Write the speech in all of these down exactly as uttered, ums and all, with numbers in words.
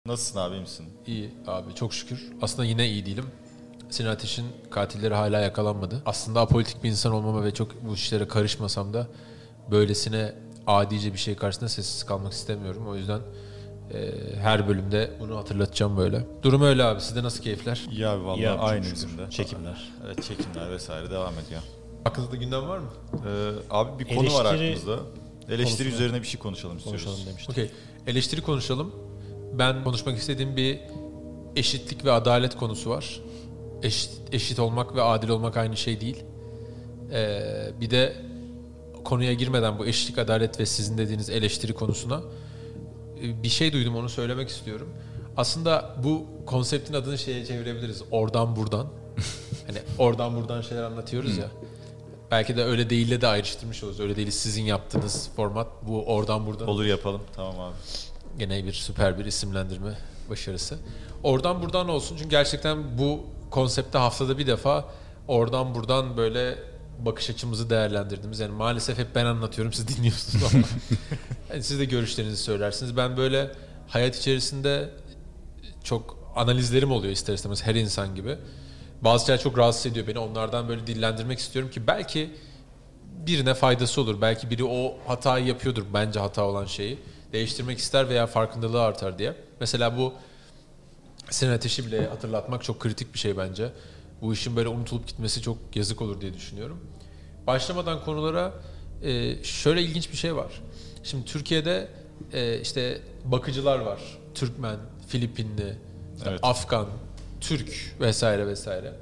Nasılsın abi, iyi misin? İyi abi, çok şükür. Aslında yine iyi değilim. Sinan Ateş'in katilleri hala yakalanmadı. Aslında apolitik bir insan olmama ve çok bu işlere karışmasam da böylesine adice bir şey karşısında sessiz kalmak istemiyorum. O yüzden e, her bölümde bunu hatırlatacağım böyle. Durum öyle abi. Sizde nasıl keyifler? İyi abi vallahi İyi abi, aynı çok bizim de. Çekimler. Evet, çekimler vesaire devam ediyor. Aklınızda gündem var mı? Ee, abi bir konu var Eleştiri aklımızda. Eleştiri konusuna- üzerine bir şey konuşalım istiyoruz. Konuşalım demiştik. Okey. Eleştiri konuşalım. Ben konuşmak istediğim bir eşitlik ve adalet konusu var. Eşit, eşit olmak ve adil olmak aynı şey değil. Ee, bir de konuya girmeden bu eşitlik, adalet ve sizin dediğiniz eleştiri konusuna bir şey duydum, onu söylemek istiyorum. Aslında bu konseptin adını şeye çevirebiliriz. Oradan buradan. Hani oradan buradan şeyler anlatıyoruz ya. Belki de öyle değille de ayrıştırmış oluruz. Öyle değil, sizin yaptığınız format bu oradan buradan. Olur, yapalım. Tamam abi. Gene bir süper bir isimlendirme başarısı. Oradan buradan olsun, çünkü gerçekten bu konsepte haftada bir defa oradan buradan böyle bakış açımızı değerlendirdiğimiz, yani maalesef hep ben anlatıyorum, siz dinliyorsunuz ama yani siz de görüşlerinizi söylersiniz. Ben böyle hayat içerisinde çok analizlerim oluyor ister istemez, her insan gibi. Bazı şeyler çok rahatsız ediyor beni. Onlardan böyle dillendirmek istiyorum ki belki birine faydası olur. Belki biri o hatayı yapıyordur, bence hata olan şeyi değiştirmek ister veya farkındalığı artar diye. Mesela bu Sinan Ateş'i bile hatırlatmak çok kritik bir şey bence. Bu işin böyle unutulup gitmesi çok yazık olur diye düşünüyorum. Başlamadan konulara, şöyle ilginç bir şey var. Şimdi Türkiye'de işte bakıcılar var. Türkmen, Filipinli, Evet. Afgan, Türk vesaire vesaire.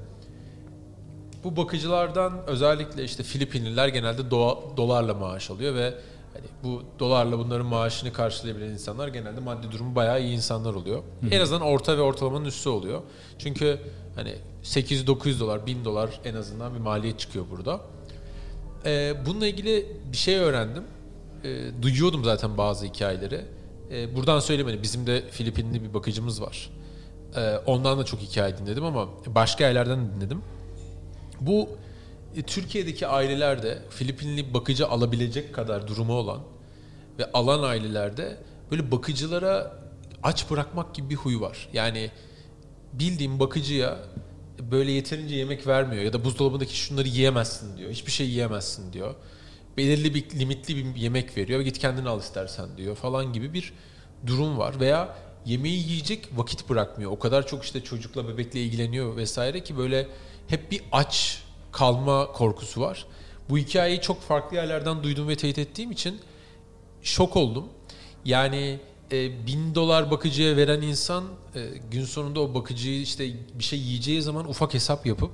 Bu bakıcılardan özellikle işte Filipinliler genelde doğa, dolarla maaş alıyor ve hani bu dolarla bunların maaşını karşılayabilen insanlar genelde maddi durumu bayağı iyi insanlar oluyor. Hı. En azından orta ve ortalamanın üstü oluyor. Çünkü hani sekiz yüz dokuz yüz dolar, bin dolar en azından bir maliyet çıkıyor burada. Ee, bununla ilgili bir şey öğrendim. Ee, duyuyordum zaten bazı hikayeleri. Ee, buradan söylemeni, bizim de Filipinli bir bakıcımız var. Ee, ondan da çok hikaye dinledim ama başka yerlerden dinledim. Bu e, Türkiye'deki ailelerde Filipinli bakıcı alabilecek kadar durumu olan ve alan ailelerde böyle bakıcılara aç bırakmak gibi bir huy var. Yani bildiğim bakıcıya böyle yeterince yemek vermiyor ya da buzdolabındaki şunları yiyemezsin diyor. Hiçbir şey yiyemezsin diyor. Belirli bir limitli bir yemek veriyor ve git kendini al istersen diyor falan gibi bir durum var. Veya yemeği yiyecek vakit bırakmıyor. O kadar çok işte çocukla, bebekle ilgileniyor vesaire ki böyle hep bir aç kalma korkusu var. Bu hikayeyi çok farklı yerlerden duydum ve teyit ettiğim için şok oldum. Yani e, bin dolar bakıcıya veren insan e, gün sonunda o bakıcıyı işte bir şey yiyeceği zaman ufak hesap yapıp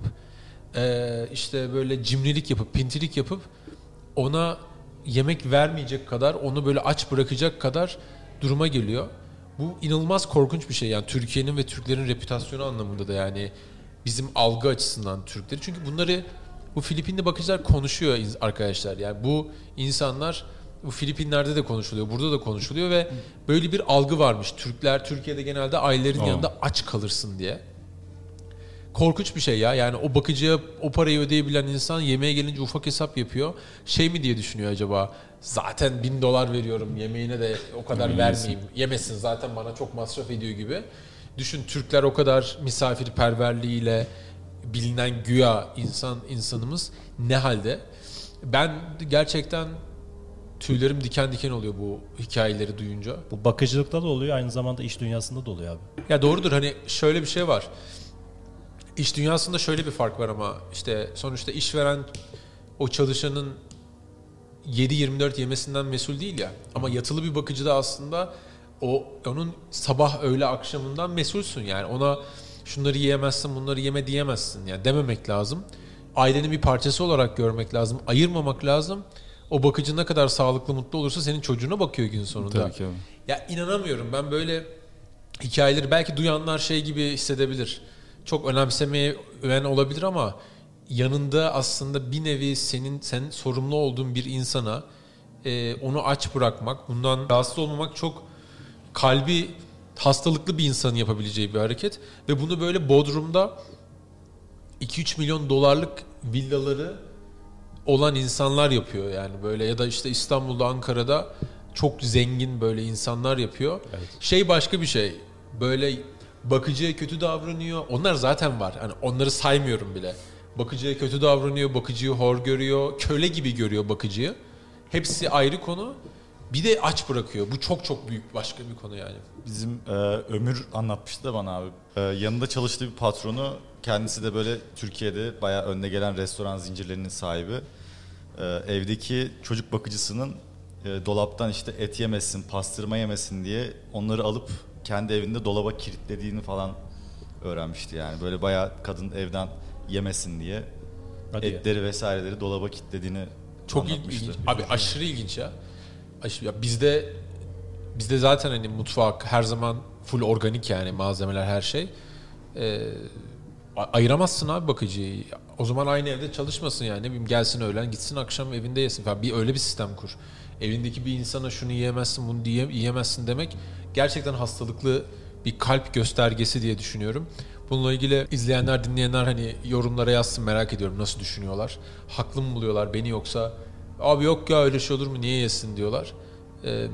e, işte böyle cimrilik yapıp, pintilik yapıp ona yemek vermeyecek kadar, onu böyle aç bırakacak kadar duruma geliyor. Bu inanılmaz korkunç bir şey. Yani Türkiye'nin ve Türklerin reputasyonu anlamında da, yani bizim algı açısından Türkleri. Çünkü bunları bu Filipinli bakıcılar konuşuyor arkadaşlar. Yani bu insanlar bu Filipinler'de de konuşuluyor, burada da konuşuluyor ve böyle bir algı varmış. Türkler Türkiye'de genelde ailelerin Aa. yanında aç kalırsın diye. Korkunç bir şey ya. Yani o bakıcıya o parayı ödeyebilen insan yemeğe gelince ufak hesap yapıyor. Şey mi diye düşünüyor acaba? Zaten bin dolar veriyorum, yemeğine de o kadar Hmm, vermeyeyim. Yemesin, zaten bana çok masraf ediyor gibi. Düşün, Türkler o kadar misafirperverliğiyle bilinen güya insan insanımız ne halde? Ben gerçekten tüylerim diken diken oluyor bu hikayeleri duyunca. Bu bakıcılıkta da oluyor, aynı zamanda iş dünyasında da oluyor abi. Ya doğrudur, hani şöyle bir şey var. İş dünyasında şöyle bir fark var ama işte sonuçta işveren o çalışanın yedi yirmi dört yemesinden mesul değil ya. Ama yatılı bir bakıcı da aslında o onun sabah öğle akşamından mesulsün. Yani ona şunları yiyemezsin, bunları yeme diyemezsin. Yani dememek lazım. Ailenin bir parçası olarak görmek lazım. Ayırmamak lazım. O bakıcı ne kadar sağlıklı, mutlu olursa senin çocuğuna bakıyor gün sonunda. Tabii ki abi. Ya inanamıyorum. Ben böyle hikayeleri belki duyanlar şey gibi hissedebilir. Çok önemsemeye öven olabilir ama yanında aslında bir nevi senin sen sorumlu olduğun bir insana e, onu aç bırakmak, bundan rahatsız olmamak çok kalbi hastalıklı bir insanın yapabileceği bir hareket ve bunu böyle Bodrum'da iki üç milyon dolarlık villaları olan insanlar yapıyor yani böyle, ya da işte İstanbul'da, Ankara'da çok zengin böyle insanlar yapıyor. Evet. Şey başka bir şey. böyle bakıcıya kötü davranıyor. Onlar zaten var. Hani onları saymıyorum bile. Bakıcıya kötü davranıyor, bakıcıyı hor görüyor, köle gibi görüyor bakıcıyı. Hepsi ayrı konu. Bir de aç bırakıyor. Bu çok çok büyük başka bir konu yani. Bizim e, Ömür anlatmıştı da bana abi. E, yanında çalıştığı bir patronu, kendisi de böyle Türkiye'de bayağı önde gelen restoran zincirlerinin sahibi. E, evdeki çocuk bakıcısının e, dolaptan işte et yemesin, pastırma yemesin diye onları alıp kendi evinde dolaba kilitlediğini falan öğrenmişti yani. Böyle bayağı kadın evden yemesin diye Hadi etleri ya. vesaireleri dolaba kilitlediğini çok anlatmıştı. ilginç. Abi aşırı ilginç ya. Aşırı, ya bizde bizde zaten hani mutfak her zaman full organik yani malzemeler her şey. Ee, ayıramazsın abi bakıcıyı. O zaman aynı evde çalışmasın yani. Ne bileyim gelsin öğlen gitsin akşam evinde yesin falan. Bir öyle bir sistem kur. Evindeki bir insana şunu yiyemezsin bunu diye yiyemezsin demek gerçekten hastalıklı bir kalp göstergesi diye düşünüyorum. Bununla ilgili izleyenler, dinleyenler hani yorumlara yazsın, merak ediyorum nasıl düşünüyorlar. Haklı mı buluyorlar beni yoksa abi yok ya öyle şey olur mu niye yesin diyorlar. Ee,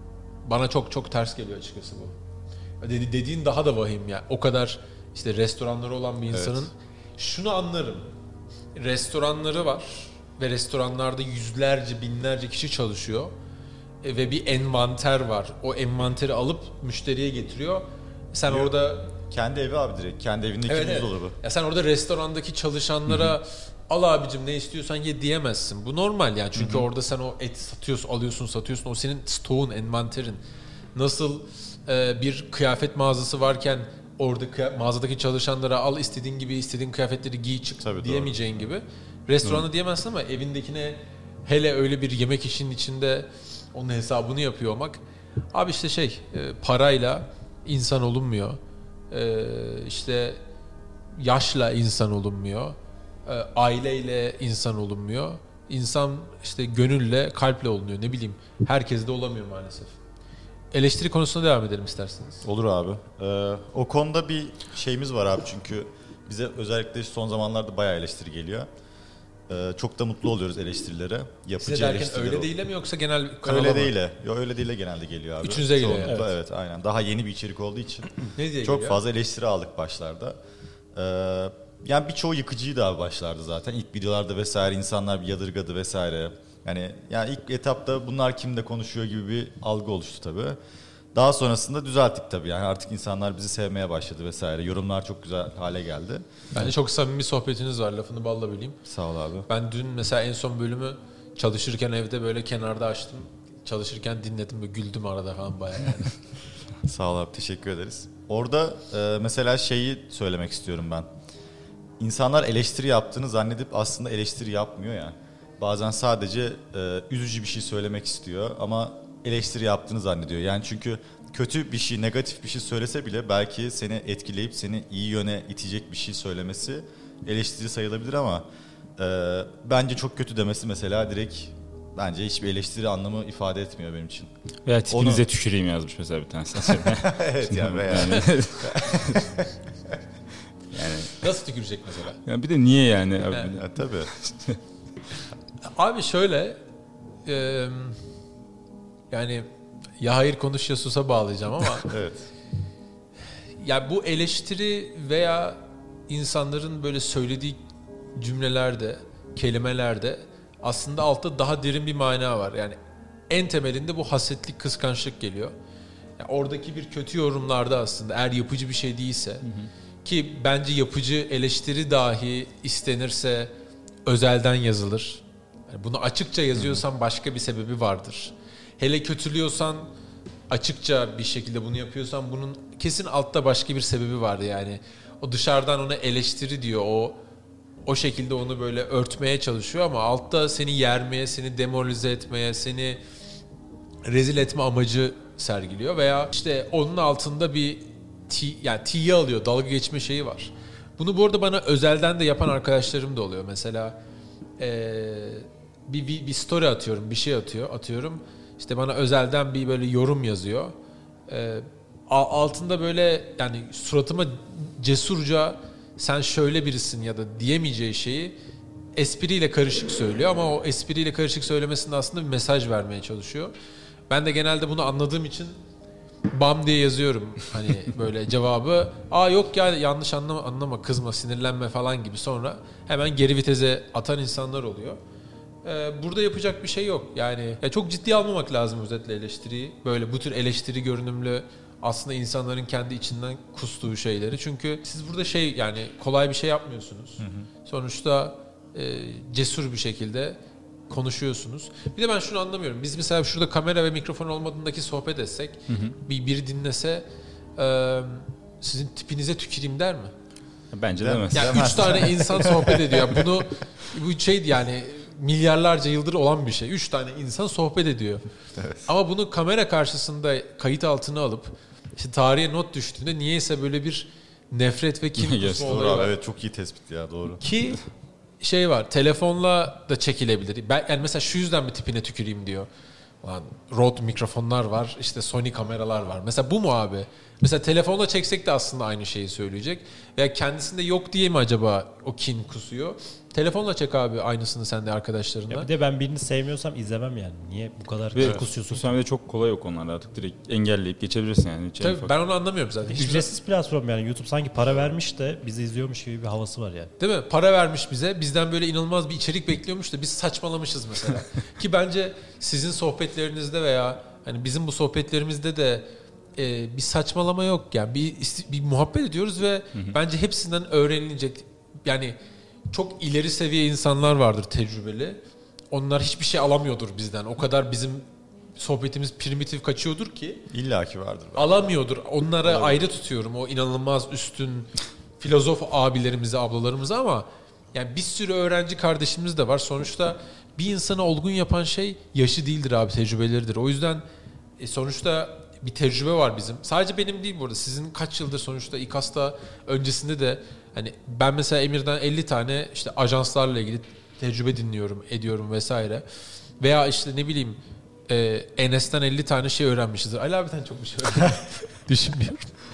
bana çok çok ters geliyor açıkçası bu. Dedi, dediğin daha da vahim ya. O kadar işte restoranları olan bir insanın evet. Şunu anlarım. Restoranları var ve restoranlarda yüzlerce, binlerce kişi çalışıyor. E, ve bir envanter var. O envanteri alıp müşteriye getiriyor. Sen Yok. orada kendi evi abi direkt. Kendi evindeki evet, buzdolabı. Evet. Ya sen orada restorandaki çalışanlara Hı-hı. al abicim ne istiyorsan ye diyemezsin. Bu normal yani. Çünkü Hı-hı. orada sen o et satıyorsun, alıyorsun, satıyorsun. O senin stoğun, envanterin. Nasıl e, bir kıyafet mağazası varken orada kıya- mağazadaki çalışanlara al istediğin gibi istediğin kıyafetleri giy çık Tabii diyemeyeceğin doğru. gibi. Restoranda Hı-hı. diyemezsin ama evindekine hele öyle bir yemek işinin içinde onun hesabını yapıyor olmak. Abi işte şey e, parayla insan olunmuyor. E, işte yaşla insan olunmuyor. E, aileyle insan olunmuyor. İnsan işte gönülle, kalple olunuyor. Ne bileyim. Herkes de olamıyor maalesef. Eleştiri konusuna devam edelim isterseniz. Olur abi. Ee, o konuda bir şeyimiz var abi çünkü bize özellikle son zamanlarda bayağı eleştiri geliyor. Ee, çok da mutlu oluyoruz eleştirilere. Yapıcı Size derken eleştiriler öyle değil mi yoksa genel kanala Öyle mı? değil. Yo öyle değil genelde geliyor abi. Üçünüze geliyor. Evet. evet aynen. Daha yeni bir içerik olduğu için ne diye çok geliyor? fazla eleştiri aldık başlarda. Ee, yani birçoğu yıkıcıydı abi başlarda zaten. İlk videolarda vesaire insanlar bir yadırgadı vesaire. Yani yani ilk etapta bunlar kimle konuşuyor gibi bir algı oluştu tabii. Daha sonrasında düzelttik tabii. Yani artık insanlar bizi sevmeye başladı vesaire. Yorumlar çok güzel hale geldi. Bence çok samimi sohbetiniz var. Lafını balla böleyim. Sağ ol abi. Ben dün mesela en son bölümü çalışırken evde böyle kenarda açtım. Çalışırken dinledim ve güldüm arada falan bayağı yani. Sağ ol abi, teşekkür ederiz. Orada e, mesela şeyi söylemek istiyorum ben. İnsanlar eleştiri yaptığını zannedip aslında eleştiri yapmıyor ya. Bazen sadece e, üzücü bir şey söylemek istiyor ama eleştiri yaptığını zannediyor. Yani çünkü kötü bir şey, negatif bir şey söylese bile belki seni etkileyip seni iyi yöne itecek bir şey söylemesi eleştiri sayılabilir ama e, bence çok kötü demesi mesela direkt bence hiçbir eleştiri anlamı ifade etmiyor benim için. Veya tipinize Onu... tüküreyim yazmış mesela bir tanesi. Evet yani veya. Yani... yani nasıl tükürecek mesela? Ya bir de niye yani? Abi? Yani. Ya, tabii. Abi şöyle e, yani ya hayır konuş ya susa bağlayacağım ama evet. Ya bu eleştiri veya insanların böyle söylediği cümlelerde, kelimelerde aslında altta daha derin bir mana var. Yani en temelinde bu hasetlik, kıskançlık geliyor. Yani oradaki bir kötü yorumlarda aslında eğer yapıcı bir şey değilse, hı hı. ki bence yapıcı eleştiri dahi istenirse özelden yazılır. Yani bunu açıkça yazıyorsan hı hı. başka bir sebebi vardır. Hele kötülüyorsan, açıkça bir şekilde bunu yapıyorsan bunun kesin altta başka bir sebebi vardı yani. O dışarıdan ona eleştiri diyor, o o şekilde onu böyle örtmeye çalışıyor ama altta seni yermeye, seni demoralize etmeye, seni rezil etme amacı sergiliyor veya işte onun altında bir t- yani tiye alıyor, dalga geçme şeyi var. Bunu bu arada bana özelden de yapan arkadaşlarım da oluyor. Mesela ee, bir, bir bir story atıyorum, bir şey atıyor, atıyorum. İşte bana özelden bir böyle yorum yazıyor. Ee, altında böyle yani suratıma cesurca sen şöyle birisin ya da diyemeyeceği şeyi espriyle karışık söylüyor ama o espriyle karışık söylemesinde aslında bir mesaj vermeye çalışıyor. Ben de genelde bunu anladığım için bam diye yazıyorum hani böyle cevabı. Aa yok ya yanlış anlama, anlama kızma sinirlenme falan gibi, sonra hemen geri viteze atan insanlar oluyor. Ee, burada yapacak bir şey yok. Yani ya çok ciddiye almamak lazım özetle eleştiriyi. Böyle bu tür eleştiri görünümlü aslında insanların kendi içinden kustuğu şeyleri. Çünkü siz burada şey yani kolay bir şey yapmıyorsunuz. Hı hı. Sonuçta e, cesur bir şekilde konuşuyorsunuz. Bir de ben şunu anlamıyorum. Biz mesela şurada kamera ve mikrofon olmadığındaki sohbet etsek, hı hı. bir biri dinlese e, sizin tipinize tüküreyim der mi? Bence demez. Yani üç tane insan sohbet ediyor. Bunu bu şey yani milyarlarca yıldır olan bir şey. Üç tane insan sohbet ediyor. Evet. Ama bunu kamera karşısında kayıt altına alıp işte tarihe not düştüğünde niyeyse böyle bir nefret ve kin yes, olayı var. Evet çok iyi tespit ya, doğru. Ki şey var, telefonla da çekilebilir. Ben, yani mesela şu yüzden mi tipine tüküreyim diyor. Lan Rode mikrofonlar var, işte Sony kameralar var. Mesela bu mu abi? Mesela telefonla çeksek de aslında aynı şeyi söyleyecek. Veya kendisinde yok diye mi acaba o kin kusuyor? Telefonla çek abi aynısını sen de arkadaşlarınla. Ya bir de ben birini sevmiyorsam izlemem yani. Niye bu kadar kin kusuyorsun? Sosyal medya çok kolay o konularda, artık direkt engelleyip geçebilirsin yani. Tabii farklı. Ben onu anlamıyorum zaten. Ücretsiz platform yani. YouTube sanki para vermiş de bizi izliyormuş gibi bir havası var yani. Değil mi? Para vermiş bize. Bizden böyle inanılmaz bir içerik bekliyormuş da biz saçmalamışız mesela. Ki bence sizin sohbetlerinizde veya hani bizim bu sohbetlerimizde de e, bir saçmalama yok yani. Bir, bir muhabbet ediyoruz ve hı hı. bence hepsinden öğrenilecek yani çok ileri seviye insanlar vardır tecrübeli. Onlar hiçbir şey alamıyordur bizden. O kadar bizim sohbetimiz primitif kaçıyordur ki. İlla ki vardır. Alamıyordur. Onlara olabilir. Ayrı tutuyorum. O inanılmaz üstün filozof abilerimizi, ablalarımızı ama yani bir sürü öğrenci kardeşimiz de var. Sonuçta bir insanı olgun yapan şey yaşı değildir abi, tecrübeleridir. O yüzden e, sonuçta bir tecrübe var bizim. Sadece benim değil burada. Sizin kaç yıldır sonuçta İKAS'ta öncesinde de hani ben mesela Emir'den elli tane işte ajanslarla ilgili tecrübe dinliyorum, ediyorum vesaire. Veya işte ne bileyim e, Enes'ten elli tane şey öğrenmişizdir. Ali abiden çok bir şey öğrendim. Düşünmüyorum.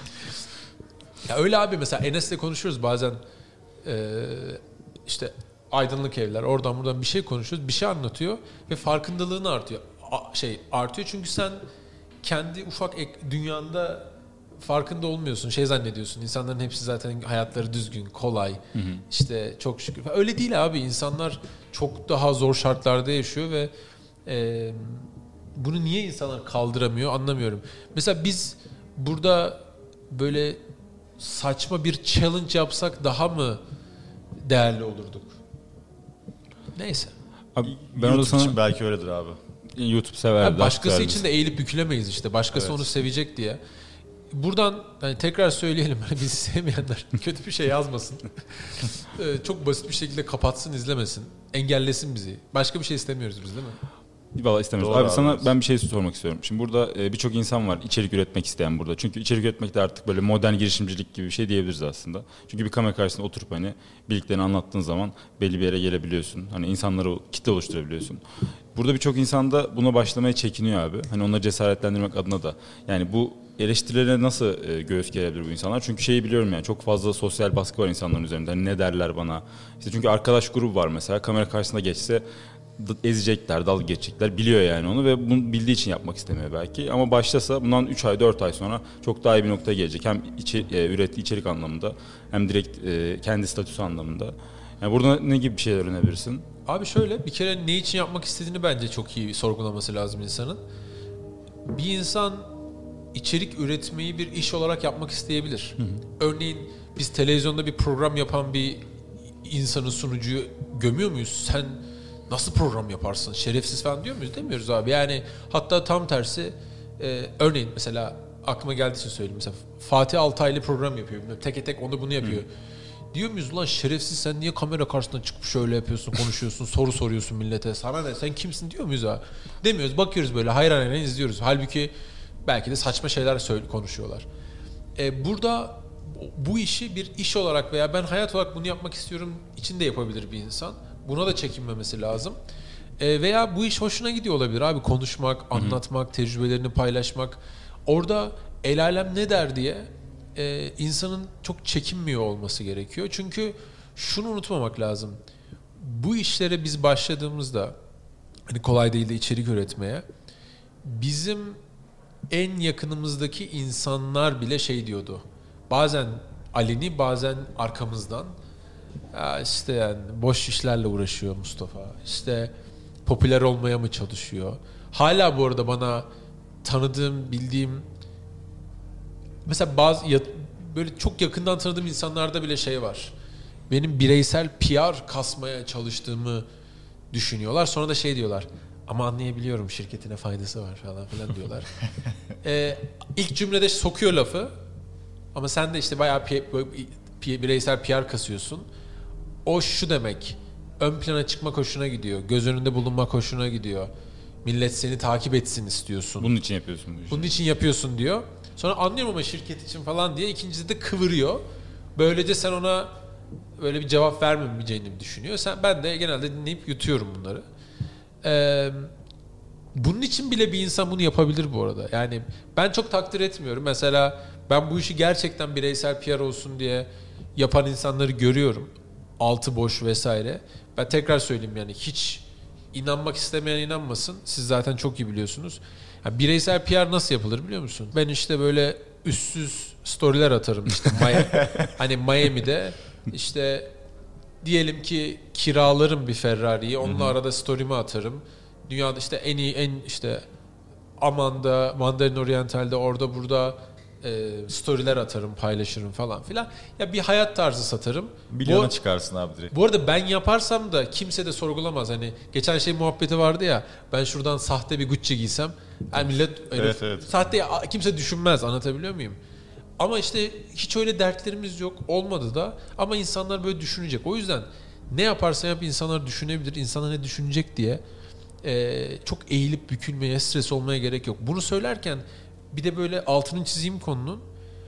Ya öyle abi, mesela Enes'le konuşuyoruz bazen e, işte aydınlık evler oradan buradan bir şey konuşuyoruz. Bir şey anlatıyor ve farkındalığını artıyor. A, şey artıyor çünkü sen kendi ufak ek, dünyanda farkında olmuyorsun. Şey zannediyorsun. İnsanların hepsi zaten hayatları düzgün, kolay. Hı hı. İşte çok şükür. Öyle değil abi. İnsanlar çok daha zor şartlarda yaşıyor ve e, bunu niye insanlar kaldıramıyor anlamıyorum. Mesela biz burada böyle saçma bir challenge yapsak daha mı değerli olurduk? Neyse. Abi, ben YouTube sana... için belki öyledir abi. YouTube sever. Başkası için de eğilip bükülemeyiz işte. Başkası evet. onu sevecek diye. Buradan yani tekrar söyleyelim. Bizi sevmeyenler kötü bir şey yazmasın. Çok basit bir şekilde kapatsın, izlemesin. Engellesin bizi. Başka bir şey istemiyoruz biz, değil mi? Vallahi istemiyoruz. Abi, abi sana ben bir şey sormak istiyorum. Şimdi burada birçok insan var içerik üretmek isteyen burada. Çünkü içerik üretmek de artık böyle modern girişimcilik gibi bir şey diyebiliriz aslında. Çünkü bir kamera karşısında oturup hani bildiklerini anlattığın zaman belli bir yere gelebiliyorsun. Hani insanlara kitle oluşturabiliyorsun. Burada birçok insan da buna başlamaya çekiniyor abi. Hani onları cesaretlendirmek adına da. Yani bu eleştirilere nasıl e, göğüs gerebilir bu insanlar? Çünkü şeyi biliyorum yani çok fazla sosyal baskı var insanların üzerinde. Hani ne derler bana? İşte çünkü arkadaş grubu var mesela. Kamera karşısında geçse ezecekler, dalga geçecekler. Biliyor yani onu ve bunu bildiği için yapmak istemiyor belki. Ama başlasa bundan üç ay dört ay sonra çok daha iyi bir noktaya gelecek. Hem içi, e, ürettiği içerik anlamında hem direkt e, kendi statüsü anlamında. Yani burada ne gibi bir şey öğrenebilirsin? Abi şöyle, bir kere ne için yapmak istediğini bence çok iyi sorgulaması lazım insanın. Bir insan içerik üretmeyi bir iş olarak yapmak isteyebilir. Hı hı. Örneğin biz televizyonda bir program yapan bir insanın sunucuyu gömüyor muyuz? Sen nasıl program yaparsın? Şerefsiz falan diyor muyuz? Demiyoruz abi. Yani hatta tam tersi e, örneğin mesela aklıma geldiği için söyleyeyim. Mesela Fatih Altaylı program yapıyor. Teke tek onu bunu yapıyor. Hı. Diyor muyuz ulan şerefsiz sen niye kamera karşısına çıkıp şöyle yapıyorsun, konuşuyorsun, soru soruyorsun millete. Sana ne? Sen kimsin diyor muyuz ha? Demiyoruz. Bakıyoruz böyle hayran hayran izliyoruz. Halbuki belki de saçma şeyler söyle, konuşuyorlar. Ee, burada bu işi bir iş olarak veya ben hayat olarak bunu yapmak istiyorum için de yapabilir bir insan. Buna da çekinmemesi lazım. Ee, veya bu iş hoşuna gidiyor olabilir abi. Konuşmak, anlatmak, tecrübelerini paylaşmak. Orada el alem ne der diye e, insanın çok çekinmiyor olması gerekiyor. Çünkü şunu unutmamak lazım. Bu işlere biz başladığımızda hani kolay değil de içerik üretmeye bizim en yakınımızdaki insanlar bile şey diyordu. Bazen aleni, bazen arkamızdan. Ya işte yani boş işlerle uğraşıyor Mustafa. İşte popüler olmaya mı çalışıyor? Hala bu arada bana tanıdığım, bildiğim, mesela bazı böyle çok yakından tanıdığım insanlarda bile şey var. Benim bireysel P R kasmaya çalıştığımı düşünüyorlar. Sonra da şey diyorlar. Ama anlayabiliyorum, şirketine faydası var falan filan diyorlar. ee, ilk cümlede sokuyor lafı. Ama sen de işte bayağı P- P- bireysel P R kasıyorsun. O şu demek. Ön plana çıkmak hoşuna gidiyor. Göz önünde bulunmak hoşuna gidiyor. Millet seni takip etsin istiyorsun. Bunun için yapıyorsun bu işi. Bunun için yapıyorsun diyor. Sonra anlıyorum ama şirket için falan diye ikincisi de kıvırıyor. Böylece sen ona böyle bir cevap vermeyeceğini düşünüyor. Sen, ben de genelde dinleyip yutuyorum bunları. Ee, bunun için bile bir insan bunu yapabilir bu arada. Yani ben çok takdir etmiyorum. Mesela ben bu işi gerçekten bireysel P R olsun diye yapan insanları görüyorum. Altı boş vesaire. Ben tekrar söyleyeyim, yani hiç inanmak istemeyen inanmasın. Siz zaten çok iyi biliyorsunuz. Yani bireysel P R nasıl yapılır biliyor musun? Ben işte böyle üstsüz storyler atarım işte Miami, hani Miami'de işte diyelim ki kiralarım bir Ferrari'yi, onunla Hı-hı. arada story'mi atarım. Dünyada işte en iyi, en işte Aman'da, Mandarin Oriental'de, orada burada e, storyler atarım, paylaşırım falan filan. Ya bir hayat tarzı satarım. Milyona bu, çıkarsın abi direkt. Bu arada ben yaparsam da kimse de sorgulamaz. Hani geçen şey muhabbeti vardı ya, ben şuradan sahte bir Gucci giysem, yani millet evet, evet. sahte kimse düşünmez, anlatabiliyor muyum? Ama işte hiç öyle dertlerimiz yok, olmadı da, ama insanlar böyle düşünecek. O yüzden ne yaparsan yap insanlar düşünebilir, insanlar ne düşünecek diye e, çok eğilip bükülmeye, stres olmaya gerek yok. Bunu söylerken bir de böyle altını çizeyim konunun.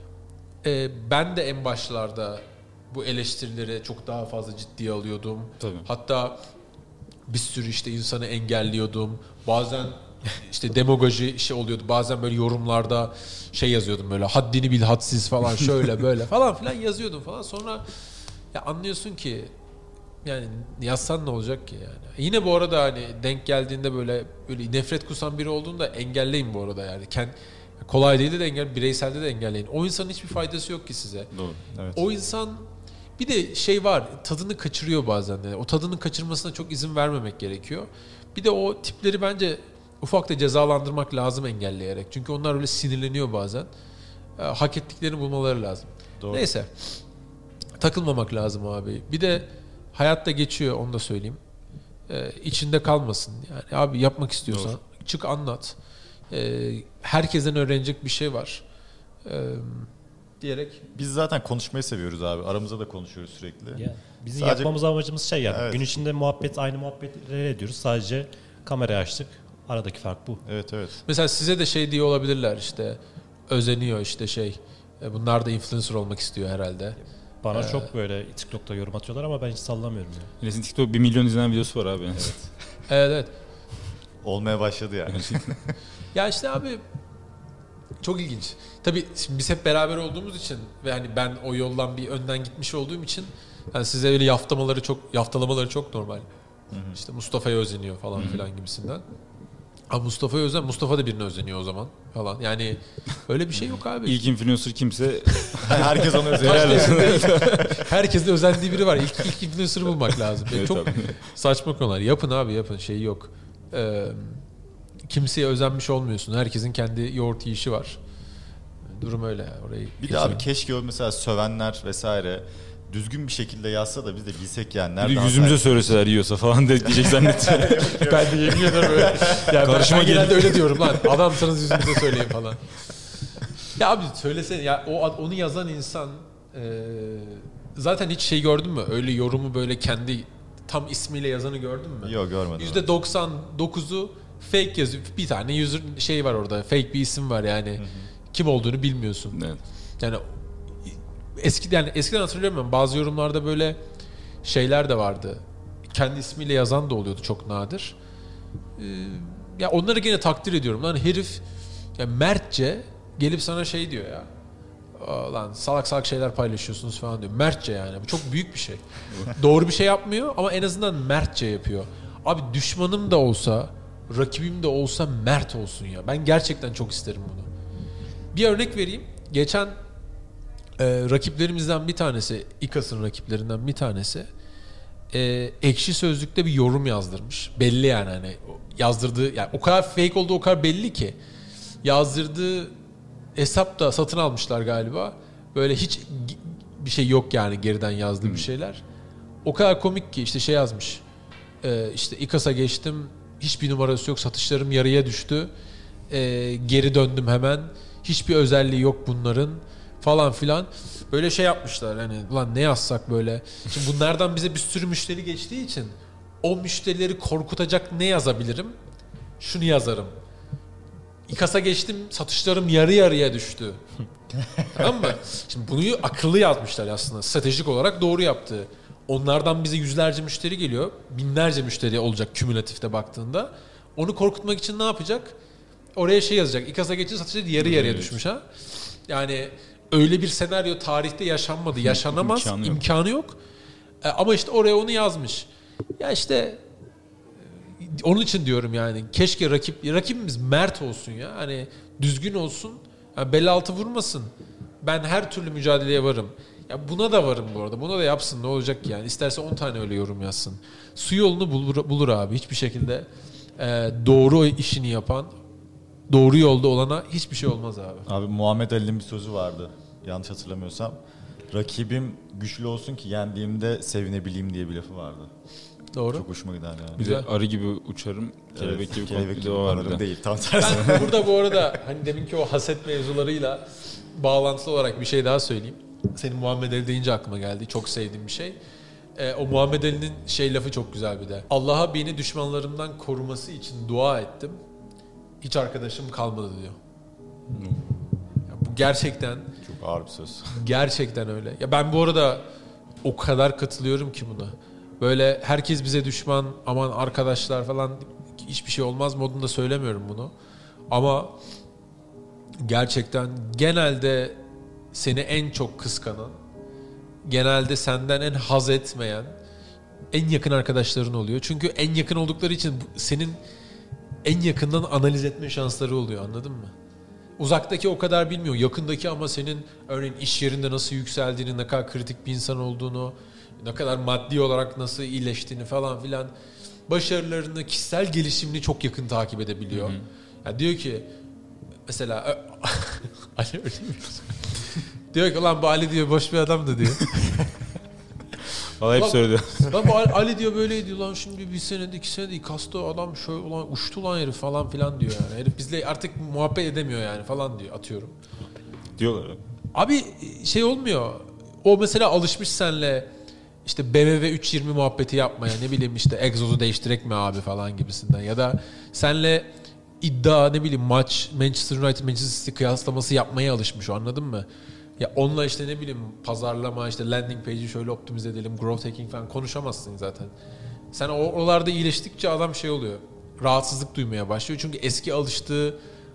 Ee, ben de en başlarda bu eleştirileri çok daha fazla ciddiye alıyordum. Tabii. Hatta bir sürü işte insanı engelliyordum. Bazen işte demagoji şey oluyordu. Bazen böyle yorumlarda şey yazıyordum, böyle haddini bil hadsiz falan, şöyle böyle falan filan yazıyordum falan. Sonra ya anlıyorsun ki yani yazsan ne olacak ki yani. Yine bu arada hani denk geldiğinde böyle böyle nefret kusan biri olduğunda engelleyin bu arada yani. Kend, kolay değil de engel, bireyselde de engelleyin. O insanın hiçbir faydası yok ki size. Doğru. Evet. O insan bir de şey var, tadını kaçırıyor bazen. Yani o tadını kaçırmasına çok izin vermemek gerekiyor. Bir de o tipleri bence ufak da cezalandırmak lazım, engelleyerek. Çünkü onlar öyle sinirleniyor bazen. E, hak ettiklerini bulmaları lazım. Doğru. Neyse. Takılmamak lazım abi. Bir de hayatta geçiyor, onu da söyleyeyim. E, içinde kalmasın. Yani abi yapmak istiyorsan Doğru. çık anlat. E, herkesten öğrenecek bir şey var. E, diyerek. Biz zaten konuşmayı seviyoruz abi. Aramızda da konuşuyoruz sürekli. Yani bizim Sadece... yapmamız amacımız şey yani. Evet. Gün içinde muhabbet, aynı muhabbetleri ediyoruz. Sadece kamerayı açtık. Aradaki fark bu. Evet evet. Mesela size de şey diye olabilirler, işte özeniyor işte şey. Bunlar da influencer olmak istiyor herhalde. Bana ee, çok böyle TikTok'ta yorum atıyorlar ama ben hiç sallamıyorum yani. Resim TikTok bir milyon izlenen videosu var abi. Evet. evet evet. Olmaya başladı yani. Ya işte abi çok ilginç. Tabii şimdi biz hep beraber olduğumuz için ve hani ben o yoldan bir önden gitmiş olduğum için yani size öyle yaftamaları çok yaftalamaları çok normal. Hı hı. İşte Mustafa'ya özeniyor falan hı hı. filan gibisinden. Ama Mustafa'ya özen, Mustafa da birine özeniyor o zaman falan. Yani öyle bir şey yok abi. İlk influencer kimse herkes ona özeniyor. Herkesin özendiği biri var. İlk, ilk influencer'ı bulmak lazım. Evet, çok saçma konular. Yapın abi yapın, şey yok. Ee, kimseye özenmiş olmuyorsun. Herkesin kendi yoğurt yiyişi var. Durum öyle. Orayı bir geçelim. de abi keşke o mesela sövenler vesaire düzgün bir şekilde yazsa da biz de bilsek yani. Nereden yüzümüze hayır. Söyleseler yiyorsa falan de diyecek zannettim. Ben de yemin ederim öyle. Yani Karışıma ben, ben genelde öyle diyorum lan. Adamsanız yüzümüze söyleyin falan. Ya abi söylesene ya, o onu yazan insan e, zaten hiç şey gördün mü? Öyle yorumu böyle kendi tam ismiyle yazanı gördün mü? Yok görmedim. yüzde doksan dokuzu fake yazıyor. Bir tane user şey var orada. Fake bir isim var yani. Hı hı. Kim olduğunu bilmiyorsun. Evet. Yani eski yani eskiden hatırlıyorum ben, bazı yorumlarda böyle şeyler de vardı. Kendi ismiyle yazan da oluyordu, çok nadir. Ee, ya onları gene takdir ediyorum. Lan herif ya mertçe gelip sana şey diyor ya. Lan salak salak şeyler paylaşıyorsunuz falan diyor. Mertçe yani. Bu çok büyük bir şey. Doğru bir şey yapmıyor ama en azından mertçe yapıyor. Abi düşmanım da olsa, rakibim de olsa mert olsun ya. Ben gerçekten çok isterim bunu. Bir örnek vereyim. Geçen e, rakiplerimizden bir tanesi, İKAS'ın rakiplerinden bir tanesi e, Ekşi Sözlük'te bir yorum yazdırmış. Belli yani hani yazdırdığı, yani o kadar fake olduğu o kadar belli ki. Yazdırdığı hesap da satın almışlar galiba. Böyle hiç bir şey yok yani geriden yazdığı hmm. bir şeyler. O kadar komik ki işte şey yazmış. E, işte İKAS'a geçtim. Hiçbir numarası yok. Satışlarım yarıya düştü. E, geri döndüm hemen. Hiçbir özelliği yok bunların falan filan. Böyle şey yapmışlar hani ulan ne yazsak böyle. Şimdi bunlardan bize bir sürü müşteri geçtiği için o müşterileri korkutacak ne yazabilirim? Şunu yazarım. İKAS'a geçtim, satışlarım yarı yarıya düştü. Tamam mı? Şimdi bunu akıllı yazmışlar aslında. Stratejik olarak doğru yaptı. Onlardan bize yüzlerce müşteri geliyor. Binlerce müşteri olacak kümülatifte baktığında. Onu korkutmak için ne yapacak? Oraya şey yazacak. İKAS'a geçince satışları yarı yarıya evet. düşmüş ha. Yani öyle bir senaryo tarihte yaşanmadı. Yaşanamaz. imkanı, yok. imkanı yok. E, ama işte oraya onu yazmış. Ya işte onun için diyorum yani. Keşke rakip rakibimiz mert olsun ya. Hani düzgün olsun. Yani bel altı vurmasın. Ben her türlü mücadeleye varım. Ya buna da varım bu arada. Buna da yapsın ne olacak ki yani. İsterse on tane öyle yorum yazsın. Su yolunu bulur, bulur abi. Hiçbir şekilde e, doğru işini yapan, doğru yolda olana hiçbir şey olmaz abi. Abi Muhammed Ali'nin bir sözü vardı. Yanlış hatırlamıyorsam. Rakibim güçlü olsun ki yendiğimde sevinebileyim diye bir lafı vardı. Doğru. Çok hoşuma gider yani. Bir de arı gibi uçarım, kelebek evet, gibi kelebek gibi o vardı. Değil, tam tersi. Ben burada bu arada hani deminki o haset mevzularıyla bağlantılı olarak bir şey daha söyleyeyim. Senin Muhammed Ali deyince aklıma geldi. Çok sevdiğim bir şey. Ee, o Muhammed Ali'nin şey lafı çok güzel bir de. Allah'a beni düşmanlarımdan koruması için dua ettim. Hiç arkadaşım kalmadı diyor. Hmm. Ya bu gerçekten çok ağır bir söz. Gerçekten öyle. Ya ben bu arada o kadar katılıyorum ki buna. Böyle herkes bize düşman, aman arkadaşlar falan hiçbir şey olmaz modunda söylemiyorum bunu. Ama gerçekten genelde seni en çok kıskanan, genelde senden en haz etmeyen en yakın arkadaşların oluyor. Çünkü en yakın oldukları için senin en yakından analiz etme şansları oluyor, anladın mı? Uzaktaki o kadar bilmiyor. Yakındaki ama senin örneğin iş yerinde nasıl yükseldiğini, ne kadar kritik bir insan olduğunu, ne kadar maddi olarak nasıl iyileştiğini falan filan, başarılarını, kişisel gelişimini çok yakın takip edebiliyor. Hı hı. Yani diyor ki mesela Ali öyle mi? Diyor ki lan bu Ali diyor boş bir adamdı diyor. Valla hep söylüyor. Lan bu Ali diyor böyleydi lan, şimdi bir senede iki senede ikastı adam şöyle ulan uçtu lan herif falan filan diyor yani. Herif bizle artık muhabbet edemiyor yani falan diyor, atıyorum. Diyorlar. Abi şey olmuyor. O mesela alışmış senle işte B M W üç yüz yirmi muhabbeti yapmaya, ne bileyim işte egzozu değiştirek mi abi falan gibisinden, ya da senle iddia ne bileyim maç Manchester United Manchester City kıyaslaması yapmaya alışmış o, anladın mı? Ya onunla işte ne bileyim pazarlama, işte landing page'i şöyle optimize edelim, growth hacking falan konuşamazsın zaten. Sen oralarda iyileştikçe adam şey oluyor, rahatsızlık duymaya başlıyor. Çünkü eski alıştığı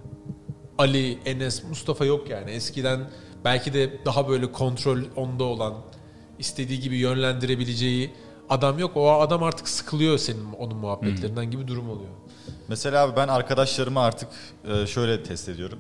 Ali, Enes, Mustafa yok yani. Eskiden belki de daha böyle kontrol onda olan, istediği gibi yönlendirebileceği adam yok. O adam artık sıkılıyor senin onun muhabbetlerinden, hmm. gibi durum oluyor. Mesela abi ben arkadaşlarımı artık şöyle test ediyorum.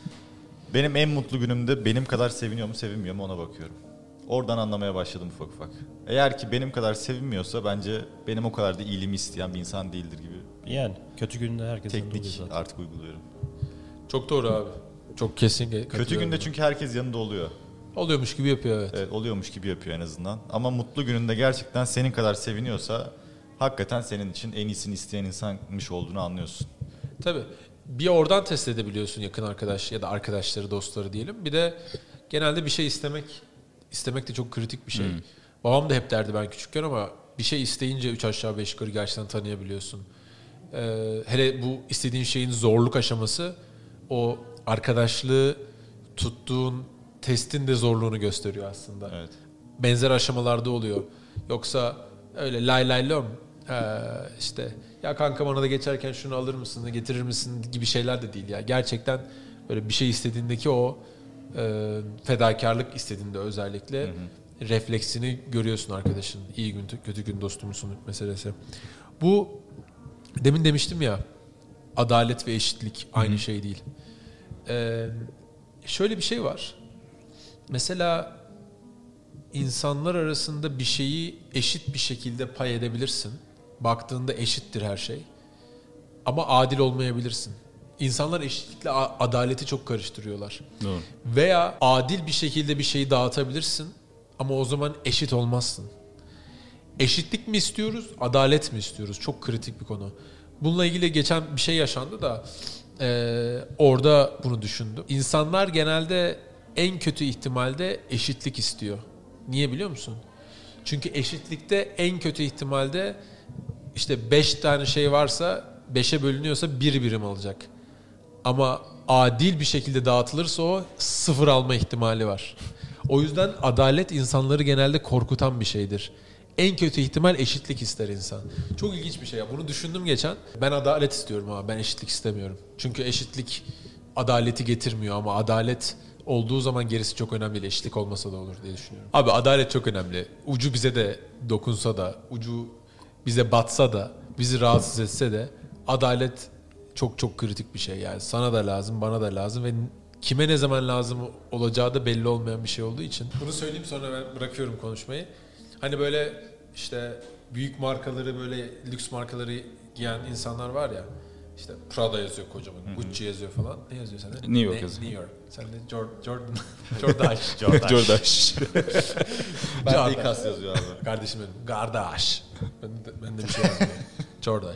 Benim en mutlu günümde benim kadar seviniyor mu sevinmiyor mu ona bakıyorum. Oradan anlamaya başladım ufak ufak. Eğer ki benim kadar sevinmiyorsa bence benim o kadar da iyiliğimi isteyen bir insan değildir gibi. Yani kötü günde herkes teknik artık uyguluyorum. Çok doğru abi. Çok kesin. Kötü günde çünkü herkes yanında oluyor. Oluyormuş gibi yapıyor, evet. Evet, oluyormuş gibi yapıyor en azından. Ama mutlu gününde gerçekten senin kadar seviniyorsa hakikaten senin için en iyisini isteyen insanmış olduğunu anlıyorsun. Tabii. Bir oradan test edebiliyorsun yakın arkadaş ya da arkadaşları, dostları diyelim. Bir de genelde bir şey istemek istemek de çok kritik bir şey. Hmm. Babam da hep derdi ben küçükken, ama bir şey isteyince üç aşağı beş yukarı gerçekten tanıyabiliyorsun. Ee, hele bu istediğin şeyin zorluk aşaması o arkadaşlığı tuttuğun testin de zorluğunu gösteriyor aslında. Evet. Benzer aşamalarda oluyor. Yoksa öyle lay lay lom ee, işte ya kanka bana da geçerken şunu alır mısın, getirir misin gibi şeyler de değil ya. Gerçekten böyle bir şey istediğindeki o e, fedakarlık istediğinde özellikle, hı hı, refleksini görüyorsun arkadaşın. İyi gün kötü gün dostumuzun meselesi. Bu demin demiştim ya, adalet ve eşitlik aynı, hı hı, şey değil. Ee, şöyle bir şey var. Mesela insanlar arasında bir şeyi eşit bir şekilde pay edebilirsin. Baktığında eşittir her şey. Ama adil olmayabilirsin. İnsanlar eşitlikle adaleti çok karıştırıyorlar. Doğru. Veya adil bir şekilde bir şeyi dağıtabilirsin ama o zaman eşit olmazsın. Eşitlik mi istiyoruz, adalet mi istiyoruz? Çok kritik bir konu. Bununla ilgili geçen bir şey yaşandı da e, orada bunu düşündüm. İnsanlar genelde en kötü ihtimalde eşitlik istiyor. Niye biliyor musun? Çünkü eşitlikte en kötü ihtimalde işte beş tane şey varsa beşe bölünüyorsa bir birim alacak. Ama adil bir şekilde dağıtılırsa o sıfır alma ihtimali var. O yüzden adalet insanları genelde korkutan bir şeydir. En kötü ihtimal eşitlik ister insan. Çok ilginç bir şey ya. Bunu düşündüm geçen. Ben adalet istiyorum ama ben eşitlik istemiyorum. Çünkü eşitlik adaleti getirmiyor ama adalet olduğu zaman gerisi çok önemli değil. Eşitlik olmasa da olur diye düşünüyorum. Abi adalet çok önemli. Ucu bize de dokunsa da, ucu bize batsa da, bizi rahatsız etse de adalet çok çok kritik bir şey yani. Sana da lazım, bana da lazım ve kime ne zaman lazım olacağı da belli olmayan bir şey olduğu için. Bunu söyleyeyim sonra ben bırakıyorum konuşmayı. Hani böyle işte büyük markaları böyle lüks markaları giyen insanlar var ya. İşte Prada yazıyor kocaman, Hı-hı. Gucci yazıyor falan. Ne yazıyor sende? New York ne, yazıyor. New York. Sen de Jordan. Jordan. Jordan. Jordan. Ben de İKAS yazıyor abi. Kardeşim benim. Kardeş. Ben de, ben de bir şey yazmıyorum. Jordan.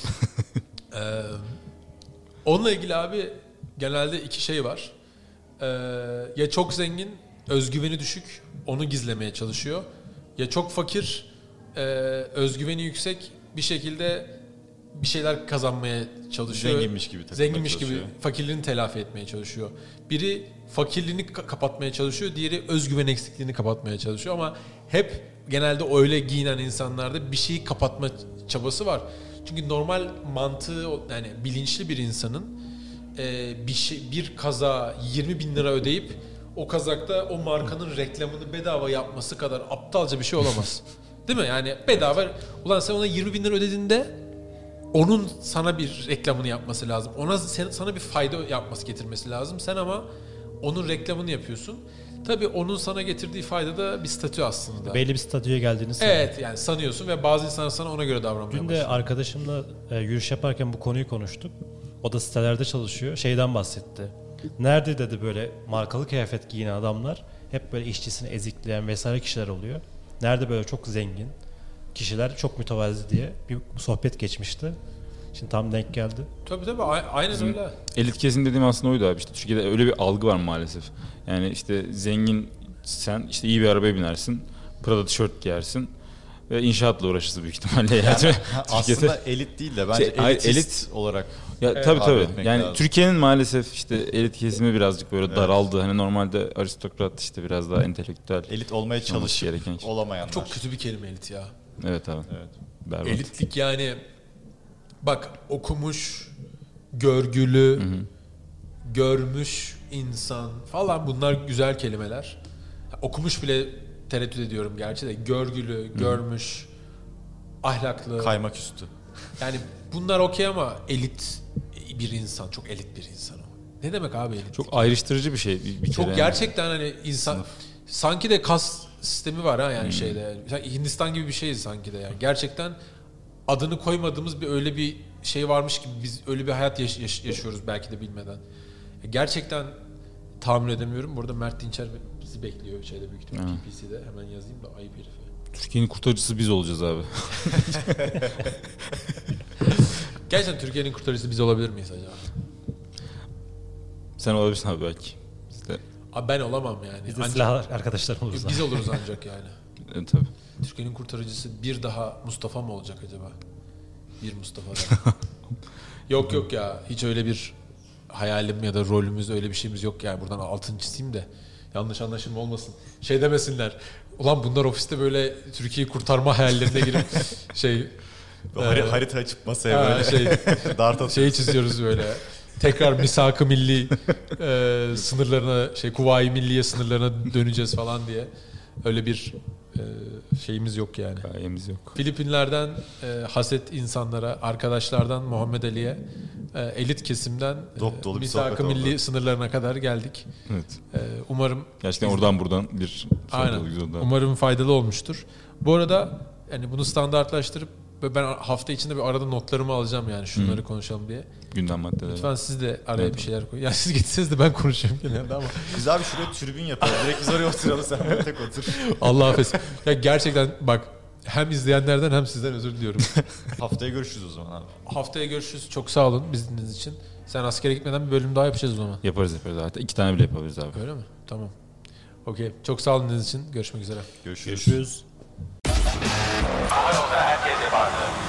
ee, onunla ilgili abi genelde iki şey var. Ee, ya çok zengin, özgüveni düşük, onu gizlemeye çalışıyor. Ya çok fakir, e, özgüveni yüksek, bir şekilde bir şeyler kazanmaya çalışıyor. Zenginmiş gibi Zenginmiş gibi fakirliğini telafi etmeye çalışıyor. Biri fakirliğini kapatmaya çalışıyor, diğeri özgüven eksikliğini kapatmaya çalışıyor ama hep genelde öyle giyinen insanlarda bir şeyi kapatma çabası var. Çünkü normal mantığı, yani bilinçli bir insanın e, bir şey, bir kaza yirmi bin lira ödeyip o kazakta o markanın reklamını bedava yapması kadar aptalca bir şey olamaz. Değil mi? Yani bedava, ulan sen ona yirmi bin lira ödediğinde onun sana bir reklamını yapması lazım. Ona sana bir fayda yapması, getirmesi lazım. Sen ama onun reklamını yapıyorsun. Tabii onun sana getirdiği fayda da bir statü aslında. Belli bir statüye geldiğini sanıyorsun. Evet, yani sanıyorsun ve bazı insanlar sana ona göre davranmaya başlıyor. Dün de arkadaşımla e, yürüyüş yaparken bu konuyu konuştuk. O da sitelerde çalışıyor. Şeyden bahsetti. Nerede dedi böyle markalı kıyafet giyinen adamlar hep böyle işçisini ezikleyen vesaire kişiler oluyor. Nerede böyle çok zengin kişiler, çok mütevazi diye bir sohbet geçmişti. Şimdi tam denk geldi. Tabii tabii aynen Bizim öyle. Elit kesim dediğim aslında oydu abi. İşte Türkiye'de öyle bir algı var maalesef. Yani işte zengin sen işte iyi bir arabaya binersin, Prada tişört giyersin ve inşaatla uğraşırsın büyük ihtimalle. Yani. Aslında elit değil de bence şey, elitist elit olarak. Ya evet, tabii tabii. Yani lazım. Türkiye'nin maalesef işte elit kesimi birazcık böyle evet. daraldı. Hani normalde aristokrat işte biraz daha entelektüel. Elit olmaya çalışıp olamayanlar. Çok kötü bir kelime elit ya. Evet abi. Evet. Berbat. Elitlik yani bak okumuş, görgülü, hı hı. görmüş insan falan bunlar güzel kelimeler. Okumuş bile tereddüt ediyorum gerçi de. Görgülü, hı. görmüş, ahlaklı. Kaymak üstü. Yani bunlar okey ama elit bir insan, çok elit bir insan o. Ne demek abi elit? Çok ayrıştırıcı bir şey. Bir, bir çok kere gerçekten yani. Hani insan sınıf. Sanki de kas sistemi var ha yani hmm. şeyde. Hindistan gibi bir şeyiz sanki de yani. Gerçekten adını koymadığımız bir öyle bir şey varmış gibi biz öyle bir hayat yaş- yaş- yaşıyoruz belki de bilmeden. Gerçekten tahmin edemiyorum. Burada Mert Dinçer bizi bekliyor şeyde büyük ihtimalle P P C'de. Hemen yazayım da ayıp herife. Türkiye'nin kurtarıcısı biz olacağız abi. Gerçekten Türkiye'nin kurtarıcısı biz olabilir miyiz acaba? Sen olabilirsin abi belki. İşte. Abi ben olamam yani. Biz de ancak, silah arkadaşlar oluruz. Biz oluruz ancak yani. Evet, tabii. Türkiye'nin kurtarıcısı bir daha Mustafa mı olacak acaba? Bir Mustafa daha. Yok yok ya. Hiç öyle bir hayalim ya da rolümüz öyle bir şeyimiz yok yani. Buradan altını çizeyim de yanlış anlaşılma olmasın. Şey demesinler. Ulan bunlar ofiste böyle Türkiye'yi kurtarma hayallerine girip şey Har- e, harita açıp masaya ha, böyle şey dart şeyi çiziyoruz böyle. Tekrar misak-ı milli e, sınırlarına şey Kuvayi Milliye sınırlarına döneceğiz falan diye. Öyle bir e, şeyimiz yok yani. Gayemiz yok. Filipinlerden e, haset insanlara, arkadaşlardan Muhammed Ali'ye, e, elit kesimden Dop dolu e, bir misak-ı sohbet milli oldu. sınırlarına kadar geldik. Evet. E, umarım Gerçekten oradan buradan bir aynen. Umarım faydalı olmuştur. Bu arada yani bunu standartlaştırıp ve ben hafta içinde bir arada notlarımı alacağım yani şunları hmm. konuşalım diye. Gündem maddeleri. Lütfen siz de araya evet. bir şeyler koyun. Yani siz gitseniz de ben konuşayım genelde ama. Biz abi şuraya tribün yapalım. Direkt biz oraya oturalım, sen böyle tek otur. Allah affetsin. Ya gerçekten bak hem izleyenlerden hem sizden özür diliyorum. Haftaya görüşürüz o zaman abi. Haftaya görüşürüz. Çok sağ olun biziniz için. Sen askere gitmeden bir bölüm daha yapacağız o zaman. Yaparız yaparız zaten. İki tane bile yapabiliriz abi. Öyle mi? Tamam. Okey. Çok sağ olun dinlediğiniz için. Görüşmek üzere. Görüşürüz. Görüşürüz. Hava yolda herkes yapardı.